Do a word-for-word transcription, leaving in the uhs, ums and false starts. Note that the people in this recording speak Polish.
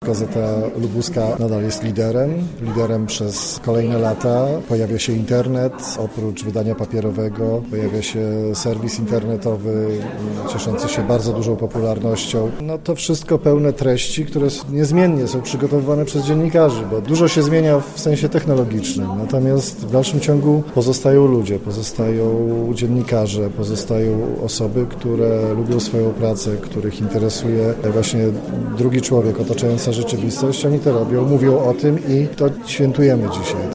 Gazeta Lubuska nadal jest liderem, liderem przez kolejne lata. Pojawia się internet, oprócz wydania papierowego pojawia się serwis internetowy cieszący się bardzo dużą popularnością. No to wszystko pełne treści, które niezmiennie są przygotowywane przez dziennikarzy, bo dużo się zmienia w sensie technologicznym, natomiast w dalszym ciągu pozostają ludzie, pozostają dziennikarze, pozostają osoby, które lubią swoją pracę, których interesuje właśnie drugi człowiek, otaczająca rzeczywistość. Oni to robią, mówią o tym i to świętujemy dzisiaj.